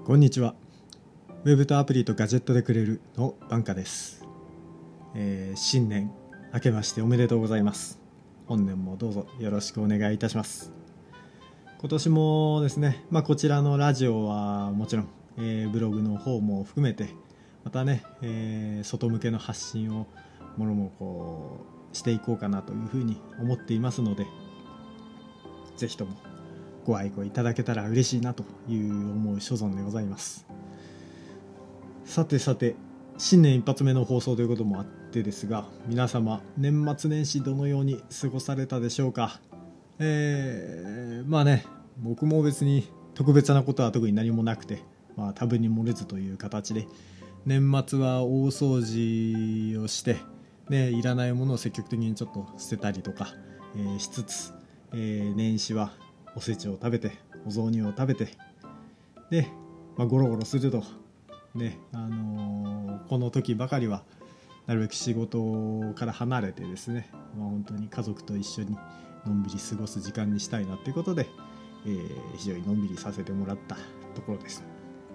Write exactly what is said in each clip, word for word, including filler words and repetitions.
こんにちは。ウェブとアプリとガジェットでくれるのバンカです、えー、新年明けましておめでとうございます。本年もどうぞよろしくお願いいたします。今年もですね、まあ、こちらのラジオはもちろん、えー、ブログの方も含めてまたね、えー、外向けの発信をもろもろこうしていこうかなというふうに思っていますので、ぜひともご愛顧いただけたら嬉しいなという思う所存でございます。さてさて、新年一発目の放送ということもあってですが、皆様年末年始どのように過ごされたでしょうか。えー、まあね、僕も別に特別なことは特に何もなくて、まあ多分に漏れずという形で年末は大掃除をして、ね、いらないものを積極的にちょっと捨てたりとか、えー、しつつ、えー、年始はおせちを食べてお雑煮を食べてで、まあ、ゴロゴロするとね、あのー、この時ばかりはなるべく仕事から離れてですね、まあ、本当に家族と一緒にのんびり過ごす時間にしたいなということで、えー、非常にのんびりさせてもらったところです。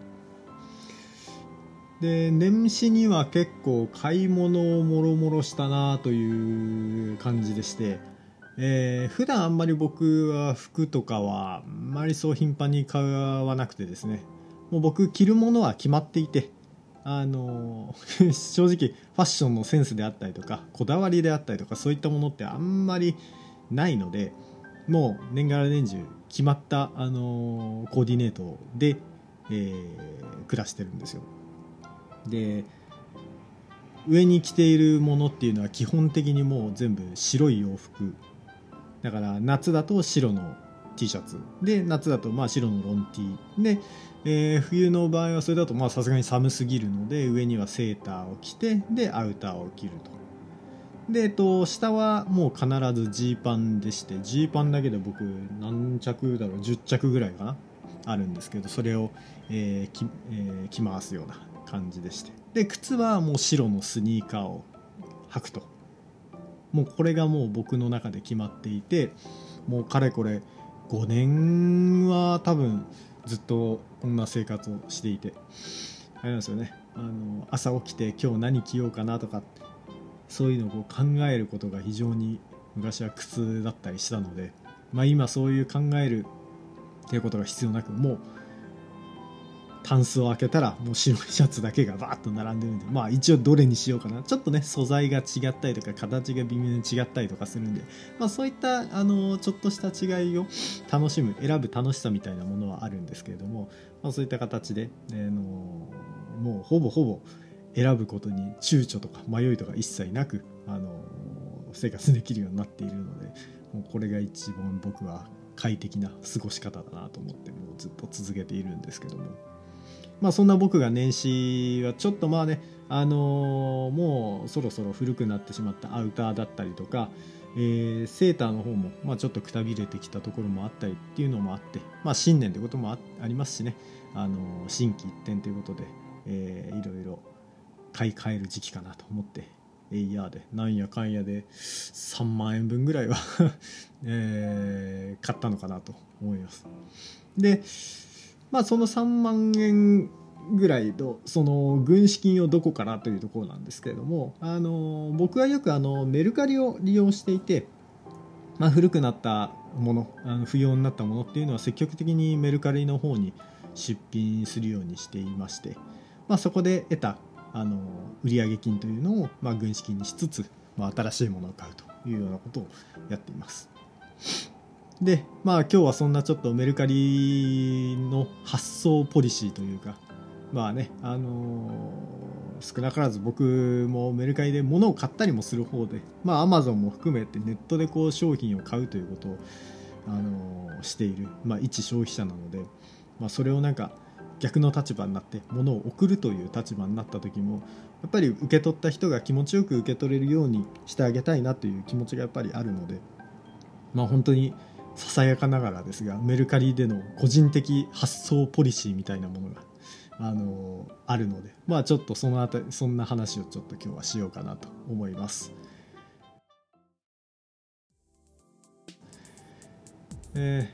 で、年始には結構買い物をもろもろしたなという感じでして、えー、普段あんまり僕は服とかはあんまりそう頻繁に買わなくてですね、もう僕着るものは決まっていて、あの正直ファッションのセンスであったりとかこだわりであったりとかそういったものってあんまりないので、もう年がら年中決まった、あのコーディネートで、えー、暮らしてるんですよ。で、上に着ているものっていうのは基本的にもう全部白い洋服だから、夏だと白の T シャツで、夏だとまあ白のロン T で、えー、冬の場合はそれだとまあさすがに寒すぎるので上にはセーターを着て、でアウターを着ると。で、えっと、下はもう必ずジーパンでして、ジーパンだけで僕何着だろう、じゅっちゃくぐらいかなあるんですけど、それを、えーきえー着回すような感じでして、で靴はもう白のスニーカーを履くと。もうこれがもう僕の中で決まっていて、もうかれこれごねんは多分ずっとこんな生活をしていて、あれなんですよね、あの朝起きて今日何着ようかなとかそういうのをこう考えることが非常に昔は苦痛だったりしたので、まあ、今そういう考えるっていうことが必要なく、もうタンスを開けたらもう白いシャツだけがバーッと並んでるんで、まあ一応どれにしようかな、ちょっとね素材が違ったりとか形が微妙に違ったりとかするんで、まあ、そういったあのちょっとした違いを楽しむ選ぶ楽しさみたいなものはあるんですけれども、まあ、そういった形で、あのもうほぼほぼ選ぶことに躊躇とか迷いとか一切なく、あの生活できるようになっているので、もうこれが一番僕は快適な過ごし方だなと思ってもうずっと続けているんですけども、まあ、そんな僕が年始はちょっとまあね、あのーもうそろそろ古くなってしまったアウターだったりとか、えーセーターの方もまあちょっとくたびれてきたところもあったりっていうのもあって、まあ、新年ということも あ, ありますしね、あのー心機一転ということで、えーいろいろ買い替える時期かなと思って、エイヤーでなんやかんやでさんまんえんぶんぐらいは、えー買ったのかなと思います。で、まあ、そのさんまんえんぐらいのその軍資金をどこからというところなんですけれども、あの僕はよくあのメルカリを利用していて、まあ、古くなったもの、あの不要になったものっていうのは積極的にメルカリの方に出品するようにしていまして、まあ、そこで得たあの売上金というのを、まあ、軍資金にしつつ、まあ、新しいものを買うというようなことをやっています。で、まあ今日はそんなちょっとメルカリの発送ポリシーというか、まあね、あのー、少なからず僕もメルカリで物を買ったりもする方で、まあアマゾンも含めてネットでこう商品を買うということを、あのー、している、まあ一消費者なので、まあそれをなんか逆の立場になって物を送るという立場になった時も、やっぱり受け取った人が気持ちよく受け取れるようにしてあげたいなという気持ちがやっぱりあるので、まあ本当にささやかながらですが、メルカリでの個人的発送ポリシーみたいなものが、あのー、あるので、まあちょっとそのあたり、そんな話をちょっと今日はしようかなと思います。えー、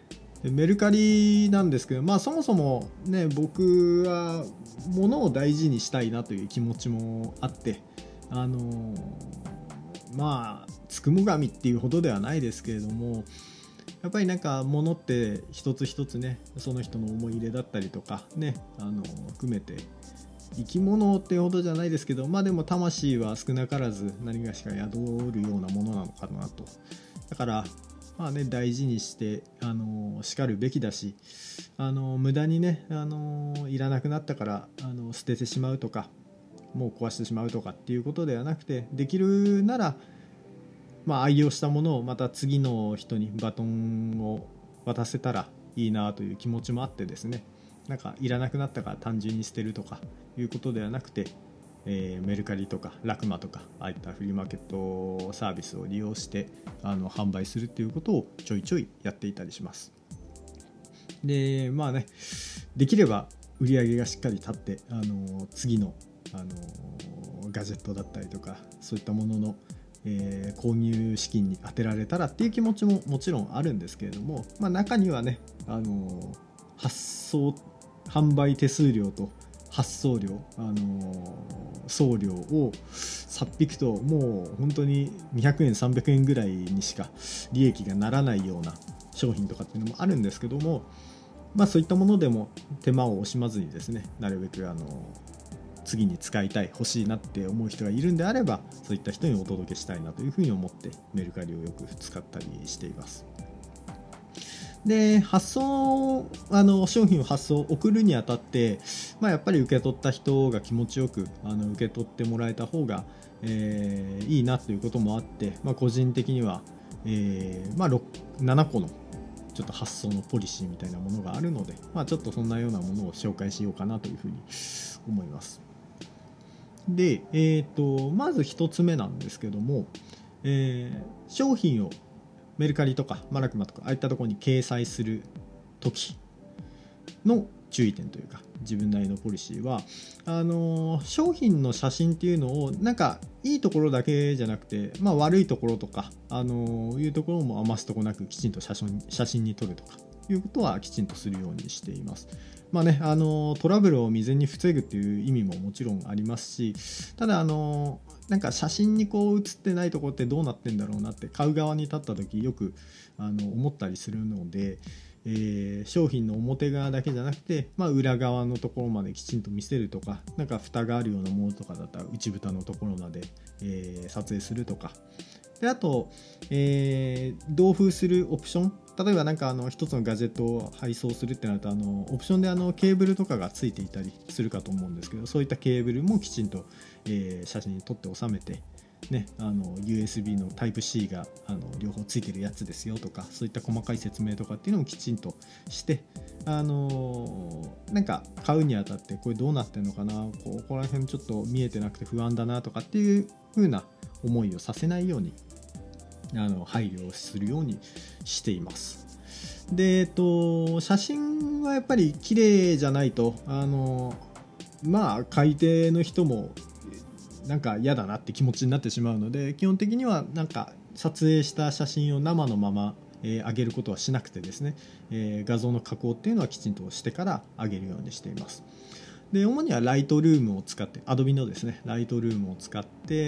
でメルカリなんですけど、まあそもそもね、僕は物を大事にしたいなという気持ちもあって、あのー、まあつくも神っていうほどではないですけれども、やっぱりなんか物って一つ一つね、その人の思い入れだったりとかね、あの含めて生き物ってほどじゃないですけど、まあでも魂は少なからず何がしか宿るようなものなのかなと。だからまあね、大事にしてあの叱るべきだし、あの無駄にね、あのいらなくなったからあの捨ててしまうとか、もう壊してしまうとかっていうことではなくて、できるならまあ愛用したものをまた次の人にバトンを渡せたらいいなという気持ちもあってですね、なんかいらなくなったから単純に捨てるとかいうことではなくて、えー、メルカリとかラクマとかああいったフリーマーケットサービスを利用してあの販売するっていうことをちょいちょいやっていたりします。でまあね、できれば売り上げがしっかり立って、あの次の、あのガジェットだったりとかそういったものの、えー、購入資金に充てられたらっていう気持ちももちろんあるんですけれども、まあ、中にはね、あの発送販売手数料と発送料、あのー、送料をさっ引くともう本当ににひゃくえんさんびゃくえんぐらいにしか利益がならないような商品とかっていうのもあるんですけども、まあそういったものでも手間を惜しまずにですね、なるべくあのー、次に使いたい欲しいなって思う人がいるんであれば、そういった人にお届けしたいなというふうに思ってメルカリをよく使ったりしています。で発送あの商品を発送送るにあたって、まあ、やっぱり受け取った人が気持ちよくあの受け取ってもらえた方が、えー、いいなということもあって、まあ、個人的には、えーまあ、ななこのちょっと発送のポリシーみたいなものがあるので、まあ、ちょっとそんなようなものを紹介しようかなというふうに思います。で、えーと、まずひとつめなんですけども、えー、商品をメルカリとかマラクマとかああいったところに掲載する時の注意点というか、自分なりのポリシーは、あのー、商品の写真っていうのをなんかいいところだけじゃなくて、まあ、悪いところとか、あのー、いうところも余すとこなくきちんと写真、写真に撮るとかいうことはきちんとするようにしています。まあね、あのー、トラブルを未然に防ぐっていう意味ももちろんありますし、ただあのーなんか写真にこう写ってないところってどうなってんだろうなって買う側に立った時よくあの思ったりするので、えー、商品の表側だけじゃなくて、まあ、裏側のところまできちんと見せるとか、なんか蓋があるようなものとかだったら内蓋のところまで、えー、撮影するとかで、あと、えー、同封するオプション、例えばなんかあの一つのガジェットを配送するってなると、あのオプションであのケーブルとかがついていたりするかと思うんですけど、そういったケーブルもきちんと、えー、写真に撮って収めて、ね、あの ユーエスビー の タイプシー があの両方ついてるやつですよとか、そういった細かい説明とかっていうのもきちんとして、あのー、なんか買うにあたってこれどうなってるのかな、ここら辺ちょっと見えてなくて不安だなとかっていう風な思いをさせないようにあの配慮をするようにしています。で、えっと、写真はやっぱり綺麗じゃないと、あのまあ買い手の人もなんか嫌だなって気持ちになってしまうので、基本的にはなんか撮影した写真を生のまま、えー、上げることはしなくてですね、えー、画像の加工っていうのはきちんとしてから上げるようにしています。で主にはライトルームを使って、アドビのですねライトルームを使って、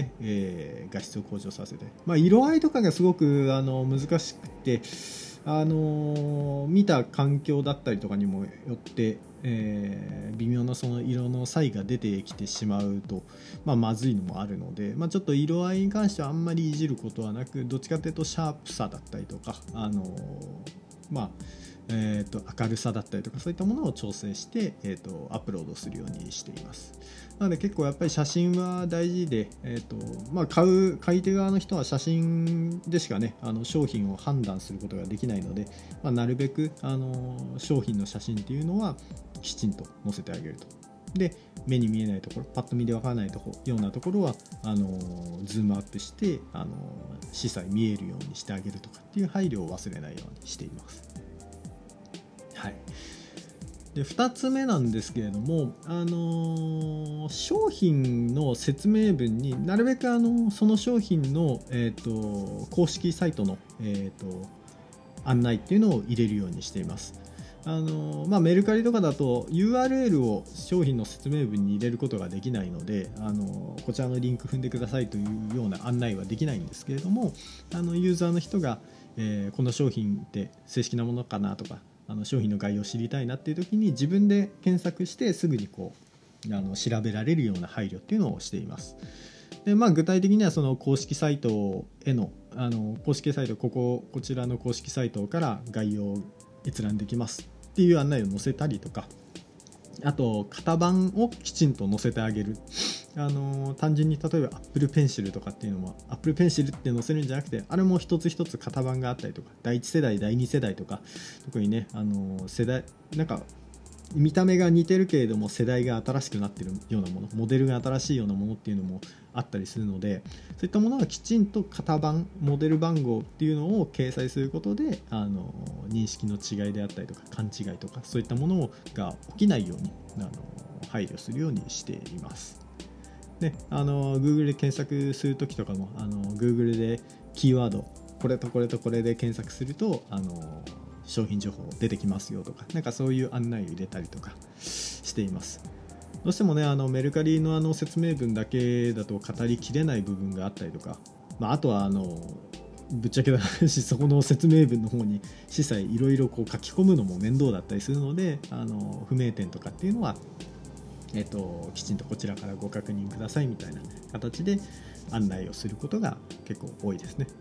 えー、画質を向上させて、まあ、色合いとかがすごくあの難しくて、あのー、見た環境だったりとかにもよって、えー、微妙なその色の差異が出てきてしまうと、まあ、まずいのもあるので、まあ、ちょっと色合いに関してはあんまりいじることはなく、どっちかというとシャープさだったりとか、あのー、まあえー、と明るさだったりとかそういったものを調整して、えー、とアップロードするようにしています。なので結構やっぱり写真は大事で、えーとまあ、買う買い手側の人は写真でしかねあの商品を判断することができないので、まあ、なるべくあの商品の写真っていうのはきちんと載せてあげると。で目に見えないところ、パッと見で分からないところようなところはあのズームアップしてあの視細見えるようにしてあげるとかっていう配慮を忘れないようにしています。はい、でふたつめなんですけれども、あのー、商品の説明文になるべくあのその商品の、えーと、公式サイトの、えーと案内っていうのを入れるようにしています。あのまあ、メルカリとかだと ユーアールエル を商品の説明文に入れることができないので、あのこちらのリンク踏んでくださいというような案内はできないんですけれども、あのユーザーの人が、えー、この商品って正式なものかなとか、あの商品の概要を知りたいなっていう時に自分で検索してすぐにこうあの調べられるような配慮っていうのをしています。で、まあ、具体的にはその公式サイトへの、あの公式サイトこここちらの公式サイトから概要を閲覧できますっていう案内を載せたりとか、あと型番をきちんと載せてあげる。あの単純に例えば Apple Pencil とかっていうのも Apple Pencil って載せるんじゃなくて、あれも一つ一つ型番があったりとか、だいいち世代だいに世代とか、特にね、あの世代なんか見た目が似てるけれども世代が新しくなってるようなもの、モデルが新しいようなものっていうのもあったりするので、そういったものはきちんと型番、モデル番号っていうのを掲載することで、あの認識の違いであったりとか勘違いとかそういったものが起きないようにあの配慮するようにしています。で、あの Google で検索するときとかも、あの Google でキーワードこれとこれとこれで検索するとあの商品情報出てきますよとか、なんかそういう案内を入れたりとかしています。どうしてもね、あのメルカリのあの説明文だけだと語りきれない部分があったりとか、まあ、あとはあのぶっちゃけた話、そこの説明文の方に司祭いろいろこう書き込むのも面倒だったりするので、あの不明点とかっていうのは、えっと、きちんとこちらからご確認くださいみたいな形で案内をすることが結構多いですね。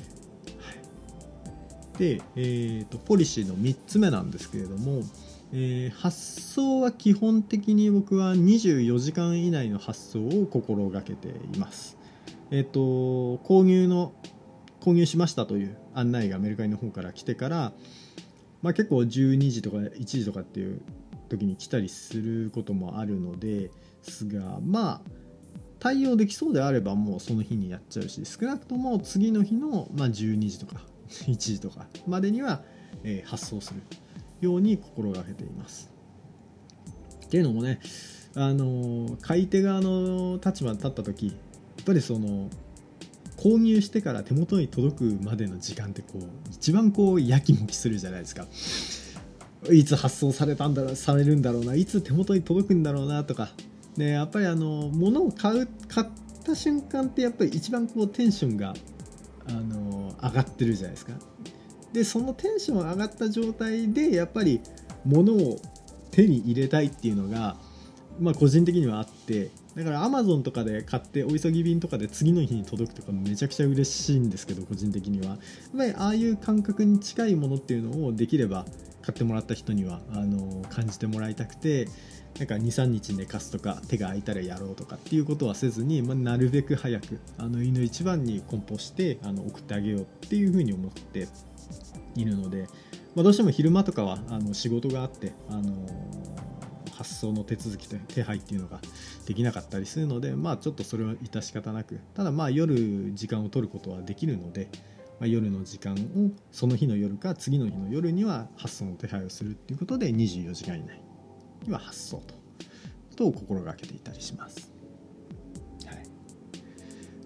で、えーと、ポリシーのみっつめなんですけれども、えー、発送は基本的に僕はにじゅうよじかん以内の発送を心がけています。えーと、購入の購入しましたという案内がメルカリの方から来てから、まあ、結構じゅうにじとかいちじとかっていう時に来たりすることもあるのですが、まあ対応できそうであればもうその日にやっちゃうし、少なくとも次の日の、まあ、じゅうにじとかいちじとかまでには、えー、発送するように心がけています。っていうのもね、あの買い手側の立場に立った時、やっぱりその購入してから手元に届くまでの時間ってこう一番こうやきもきするじゃないですか。いつ発送されたんだろうされるんだろうな、いつ手元に届くんだろうなとか、ね、やっぱりあの物を買う買った瞬間ってやっぱり一番こうテンションがあの上がってるじゃないですか。でそのテンション上がった状態でやっぱり物を手に入れたいっていうのが、まあ、個人的にはあって、だから Amazon とかで買ってお急ぎ便とかで次の日に届くとかめちゃくちゃ嬉しいんですけど、個人的にはやっぱりああいう感覚に近いものっていうのをできれば買ってもらった人にはあの感じてもらいたくて、なんか にさんにち寝かすとか手が空いたらやろうとかっていうことはせずに、まあ、なるべく早くあの犬一番に梱包してあの送ってあげようっていうふうに思っているので、まあ、どうしても昼間とかはあの仕事があってあの発送の手続きと手配っていうのができなかったりするので、まあちょっとそれは致し方なく、ただまあ夜時間を取ることはできるので、まあ、夜の時間をその日の夜か次の日の夜には発送の手配をするっていうことでにじゅうよじかん以内には発送とと心がけていたりします。はい、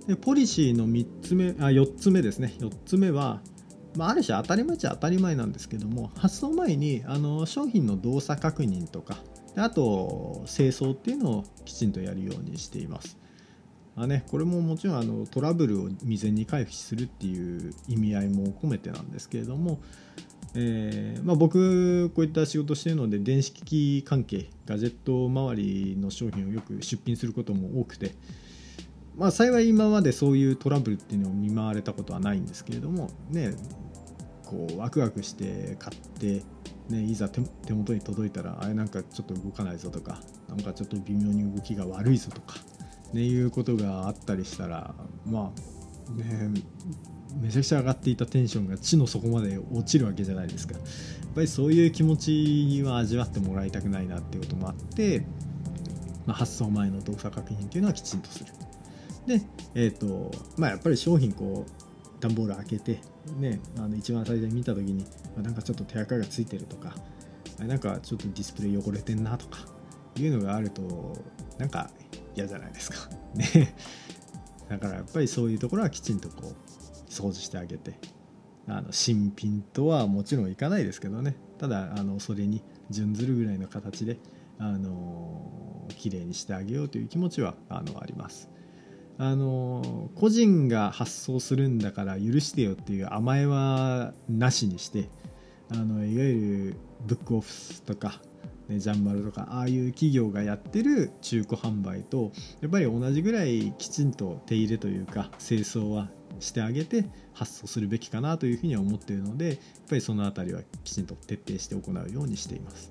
でポリシーのみっつめあよっつめですね。よっつめは、まあ、ある種当たり前っちゃ当たり前なんですけども、発送前にあの商品の動作確認とか、あと清掃っていうのをきちんとやるようにしています。あね、これももちろんあのトラブルを未然に回避するっていう意味合いも込めてなんですけれども、えーまあ、僕こういった仕事しているので電子機器関係ガジェット周りの商品をよく出品することも多くて、まあ、幸い今までそういうトラブルっていうのを見舞われたことはないんですけれどもね、こうワクワクして買ってね、いざ 手, 手元に届いたらあれなんかちょっと動かないぞとか、なんかちょっと微妙に動きが悪いぞとかね、いうことがあったりしたら、まあね、めちゃくちゃ上がっていたテンションが地の底まで落ちるわけじゃないですか。やっぱりそういう気持ちは味わってもらいたくないなっていうこともあって、まあ、発送前の動作確認っていうのはきちんとする。で、えーとまあ、やっぱり商品こう段ボール開けて、ね、あの一番最初に見た時になんかちょっと手垢がついてるとか、なんかちょっとディスプレイ汚れてんなとかいうのがあるとなんか嫌じゃないですかね。だからやっぱりそういうところはきちんとこう掃除してあげて、 あの新品とはもちろんいかないですけどね、ただあのそれに準ずるぐらいの形であの綺麗にしてあげようという気持ちはあのあります。あの個人が発送するんだから許してよっていう甘えはなしにして、あのいわゆるブックオフスとか、ね、ジャンマルとかああいう企業がやってる中古販売とやっぱり同じぐらいきちんと手入れというか清掃はしてあげて発送するべきかなというふうには思っているので、やっぱりそのあたりはきちんと徹底して行うようにしています。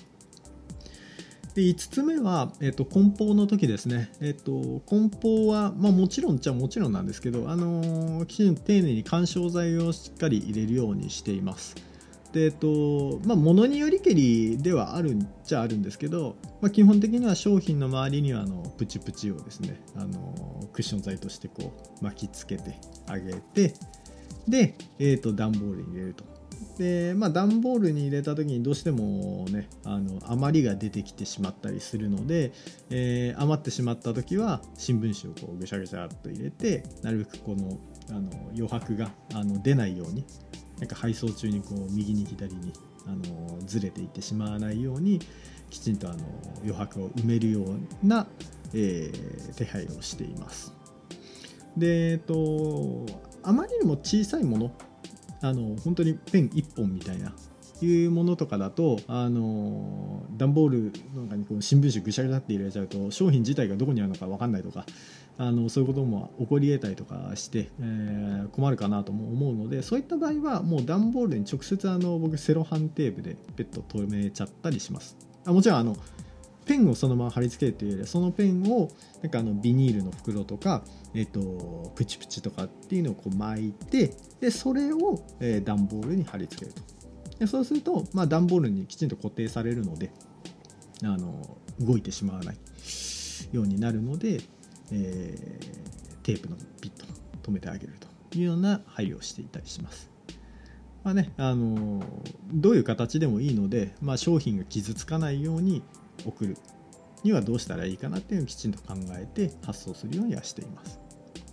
でいつつめは、えっと、梱包の時ですね。えっと、梱包は、まあ、もちろんっちゃもちろんなんですけど、あのー、きちんと丁寧に緩衝材をしっかり入れるようにしています。で、えっとまあ、物によりけりではあるっちゃあるんですけど、まあ、基本的には商品の周りにはあのプチプチをですね、あのクッション材としてこう巻きつけてあげて、で、えっと段ボールに入れると。でまあ、段ボールに入れた時にどうしてもねあの余りが出てきてしまったりするので、えー、余ってしまった時は新聞紙をこうぐしゃぐしゃっと入れて、なるべくこのあの余白があの出ないように、なんか配送中にこう右に左にあのずれていってしまわないようにきちんとあの余白を埋めるような、えー、手配をしています。で、えっと、あまりにも小さいもの、あの本当にペンいっぽんみたいないうものとかだと、あの段ボールの中にこう新聞紙ぐしゃぐしゃって入れちゃうと商品自体がどこにあるのか分かんないとか、あのそういうことも起こり得たりとかして、えー、困るかなとも思うので、そういった場合はもう段ボールに直接あの僕セロハンテープでペット留めちゃったりします。あもちろんあのペンをそのまま貼り付けるというよりは、そのペンをなんかあのビニールの袋とか、えっと、プチプチとかっていうのをこう巻いて、でそれを、えー、段ボールに貼り付けると。でそうすると、まあ、段ボールにきちんと固定されるので、あの動いてしまわないようになるので、えー、テープのピッと留めてあげるというような配慮をしていたりします。まあね、あのどういう形でもいいので、まあ、商品が傷つかないように送るにはどうしたらいいかなっていうのをきちんと考えて発送するようにはしています。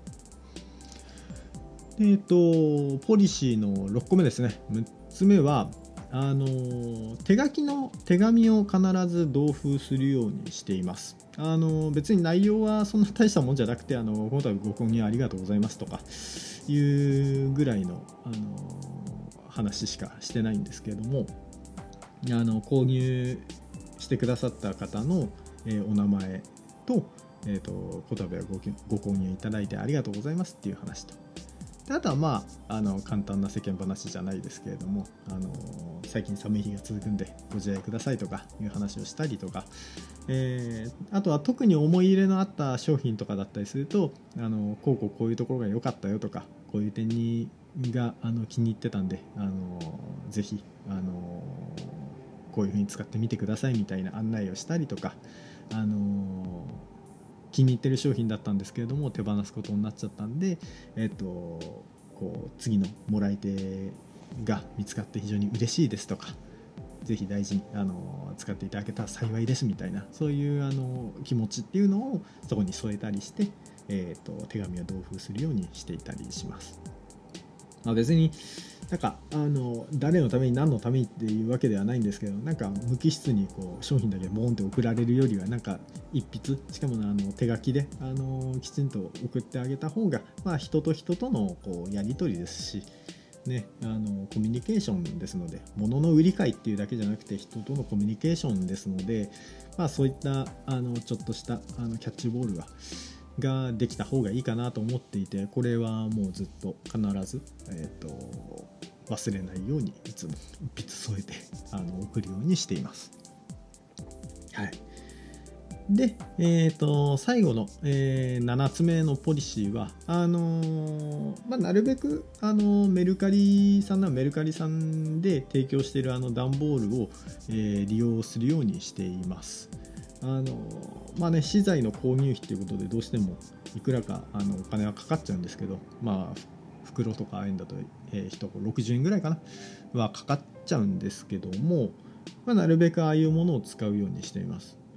でえっとポリシーのろっこめですね。むっつめはあの手書きの手紙を必ず同封するようにしています。あの別に内容はそんな大したもんじゃなくて、あのこの度ご購入ありがとうございますとかいうぐらいの、あの話しかしてないんですけれども、あの購入してくださった方の、えー、お名前と、えーと、こたびは ご, ご購入いただいてありがとうございますっていう話と、であとはまあ、あの簡単な世間話じゃないですけれども、あの最近寒い日が続くんでご自愛くださいとかいう話をしたりとか、えー、あとは特に思い入れのあった商品とかだったりすると、あのこうこうこういうところが良かったよとか、こういう点にがあの気に入ってたんで、あのぜひあのこういう風に使ってみてくださいみたいな案内をしたりとか、あの気に入ってる商品だったんですけれども手放すことになっちゃったんで、えっとこう次のもらい手が見つかって非常に嬉しいですとか、ぜひ大事にあの使っていただけたら幸いですみたいな、そういうあの気持ちっていうのをそこに添えたりして、えっと手紙を同封するようにしていたりします。まあ、別になんかあの誰のために何のためにっていうわけではないんですけど、なんか無機質にこう商品だけボーンって送られるよりは、なんか一筆、しかもあの手書きであのきちんと送ってあげた方が、まあ、人と人とのこうやり取りですし、ね、あのコミュニケーションですので、物の売り買いっていうだけじゃなくて人とのコミュニケーションですので、まあ、そういったあのちょっとしたあのキャッチボールはができた方がいいかなと思っていて、これはもうずっと必ず、えー、と忘れないようにいつも一筆添えてあの送るようにしています。はい。で、えー、と最後の、えー、ななつめのポリシーはあのーまあ、なるべく、あのー、メルカリさんなメルカリさんで提供しているあの段ボールを、えー、利用するようにしています。あのまあね、資材の購入費ということでどうしてもいくらかあのお金はかかっちゃうんですけど、まあ袋とかああいうんだと、えー、いちころくじゅうえんぐらいかなはかかっちゃうんですけども、まあ、なるべくああいうものを使うようにしています。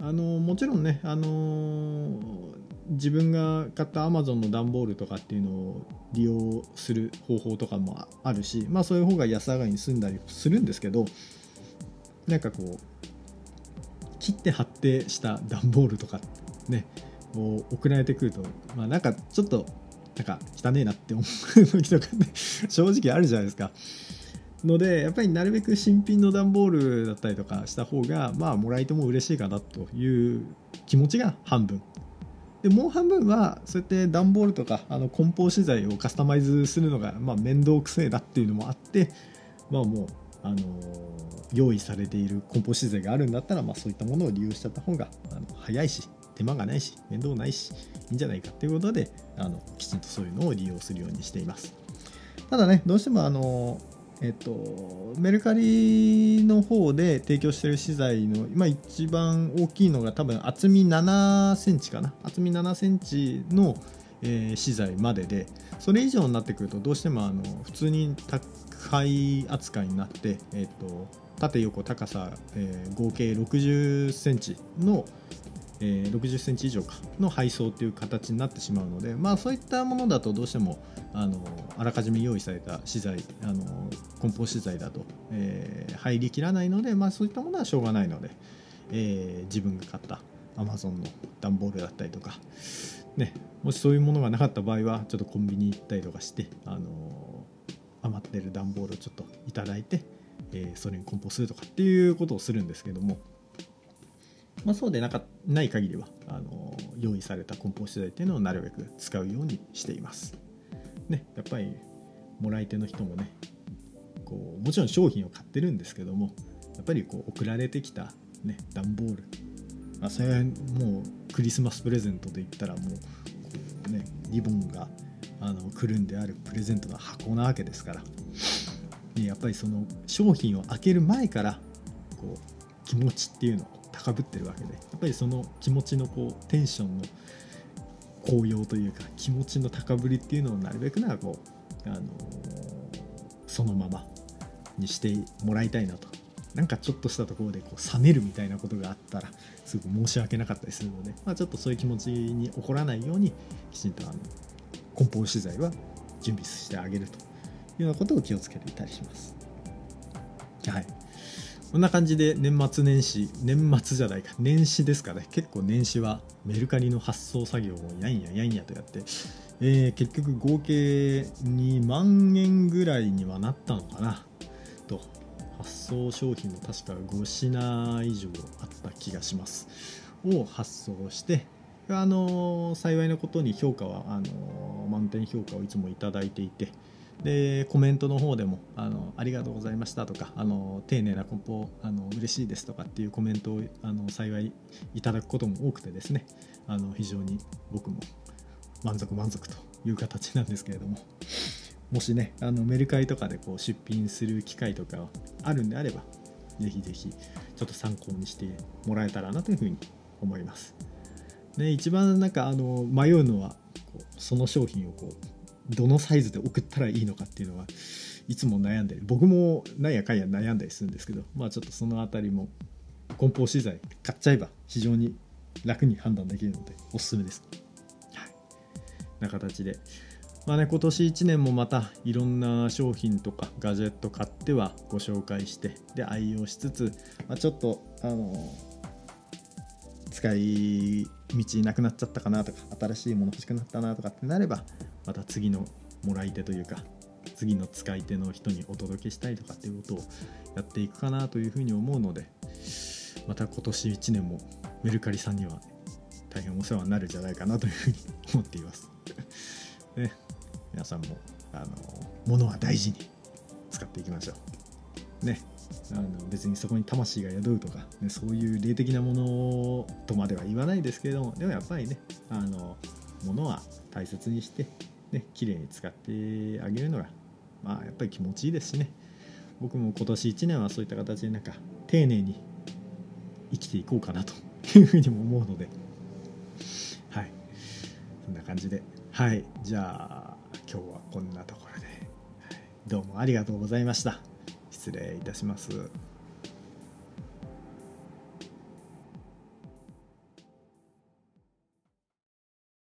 あのもちろんね、あの自分が買った Amazon の段ボールとかっていうのを利用する方法とかもあるし、まあそういう方が安上がりに済んだりするんですけど、なんかこう切って貼ってした段ボールとかねを送られてくると、まあなんかちょっとなんか汚ねえなって思う時とかね正直あるじゃないですか。のでやっぱりなるべく新品の段ボールだったりとかした方がまあもらい手も嬉しいかなという気持ちが半分で、もう半分はそうやって段ボールとかあの梱包資材をカスタマイズするのがまあ面倒くせえなっていうのもあって、まあもうあの用意されている梱包資材があるんだったら、まあそういったものを利用しちゃった方があの早いし手間がないし面倒ないしいいんじゃないかっていうことで、あのきちんとそういうのを利用するようにしています。ただね、どうしてもあのえっと、メルカリの方で提供している資材の今一番大きいのが多分厚みななセンチかな、厚みななセンチの、えー、資材までで、それ以上になってくるとどうしてもあの普通に宅配扱いになって、えっと、縦横高さ、えー、合計ろくじゅっセンチのえー、ろくじゅっセンチ以上かの配送っていう形になってしまうので、まあ、そういったものだとどうしてもあのあらかじめ用意された資材、あの梱包資材だと、えー、入りきらないので、まあ、そういったものはしょうがないので、えー、自分が買った Amazon の段ボールだったりとか、ね、もしそういうものがなかった場合はちょっとコンビニ行ったりとかして、あの余ってる段ボールをちょっといただいて、えー、それに梱包するとかっていうことをするんですけども、まあ、そうでなかない限りはあの用意された梱包資材っていうのをなるべく使うようにしています、ね、やっぱりもらい手の人もねこうもちろん商品を買ってるんですけども、やっぱりこう送られてきた、ね、段ボール、まあ、それはもうクリスマスプレゼントといったらもうこう、ね、リボンがあのくるんであるプレゼントの箱なわけですから、ね、やっぱりその商品を開ける前からこう気持ちっていうのを高ぶってるわけで、やっぱりその気持ちのこうテンションの高揚というか気持ちの高ぶりっていうのをなるべくならこう、あのー、そのままにしてもらいたいなと。なんかちょっとしたところでこう冷めるみたいなことがあったらすごく申し訳なかったりするので、まあ、ちょっとそういう気持ちに起こらないようにきちんとあの梱包資材は準備してあげるというようなことを気をつけていたりします。はい、こんな感じで年末年始、年末じゃないか、年始ですかね。結構年始はメルカリの発送作業をやんややんやとやって、えー、結局合計にまんえんぐらいにはなったのかなと。発送商品も確かご品以上あった気がします。を発送して、あのー、幸いなことに評価はあのー、満点評価をいつもいただいていて、でコメントの方でもあのありがとうございましたとか、あの丁寧な梱包あの嬉しいですとかっていうコメントをあの幸いいただくことも多くてですね、あの非常に僕も満足満足という形なんですけれども、もしねあのメルカリとかでこう出品する機会とかあるんであれば、ぜひぜひちょっと参考にしてもらえたらなというふうに思います。で一番なんかあの迷うのはこうその商品をこうどのサイズで送ったらいいのかっていうのはいつも悩んでる、僕もなんやかんや悩んだりするんですけど、まあちょっとそのあたりも梱包資材買っちゃえば非常に楽に判断できるのでおすすめです。はい、な形でまあね、今年いちねんもまたいろんな商品とかガジェット買ってはご紹介してで愛用しつつ、まあ、ちょっとあの使い道なくなっちゃったかなとか新しいもの欲しくなったなとかってなれば、また次のもらい手というか次の使い手の人にお届けしたいとかっていうことをやっていくかなというふうに思うので、また今年いちねんもメルカリさんには大変お世話になるんじゃないかなというふうに思っています、ね、皆さんもあの物は大事に使っていきましょうね。あの別にそこに魂が宿るとか、ね、そういう霊的なものとまでは言わないですけれども、でもやっぱりねあの物は大切にしてね綺麗に使ってあげるのがまあやっぱり気持ちいいですしね。僕も今年いちねんはそういった形でなんか丁寧に生きていこうかなというふうにも思うので、はい、そんな感じで、はい、じゃあ今日はこんなところで、はい、どうもありがとうございました。失礼いたします。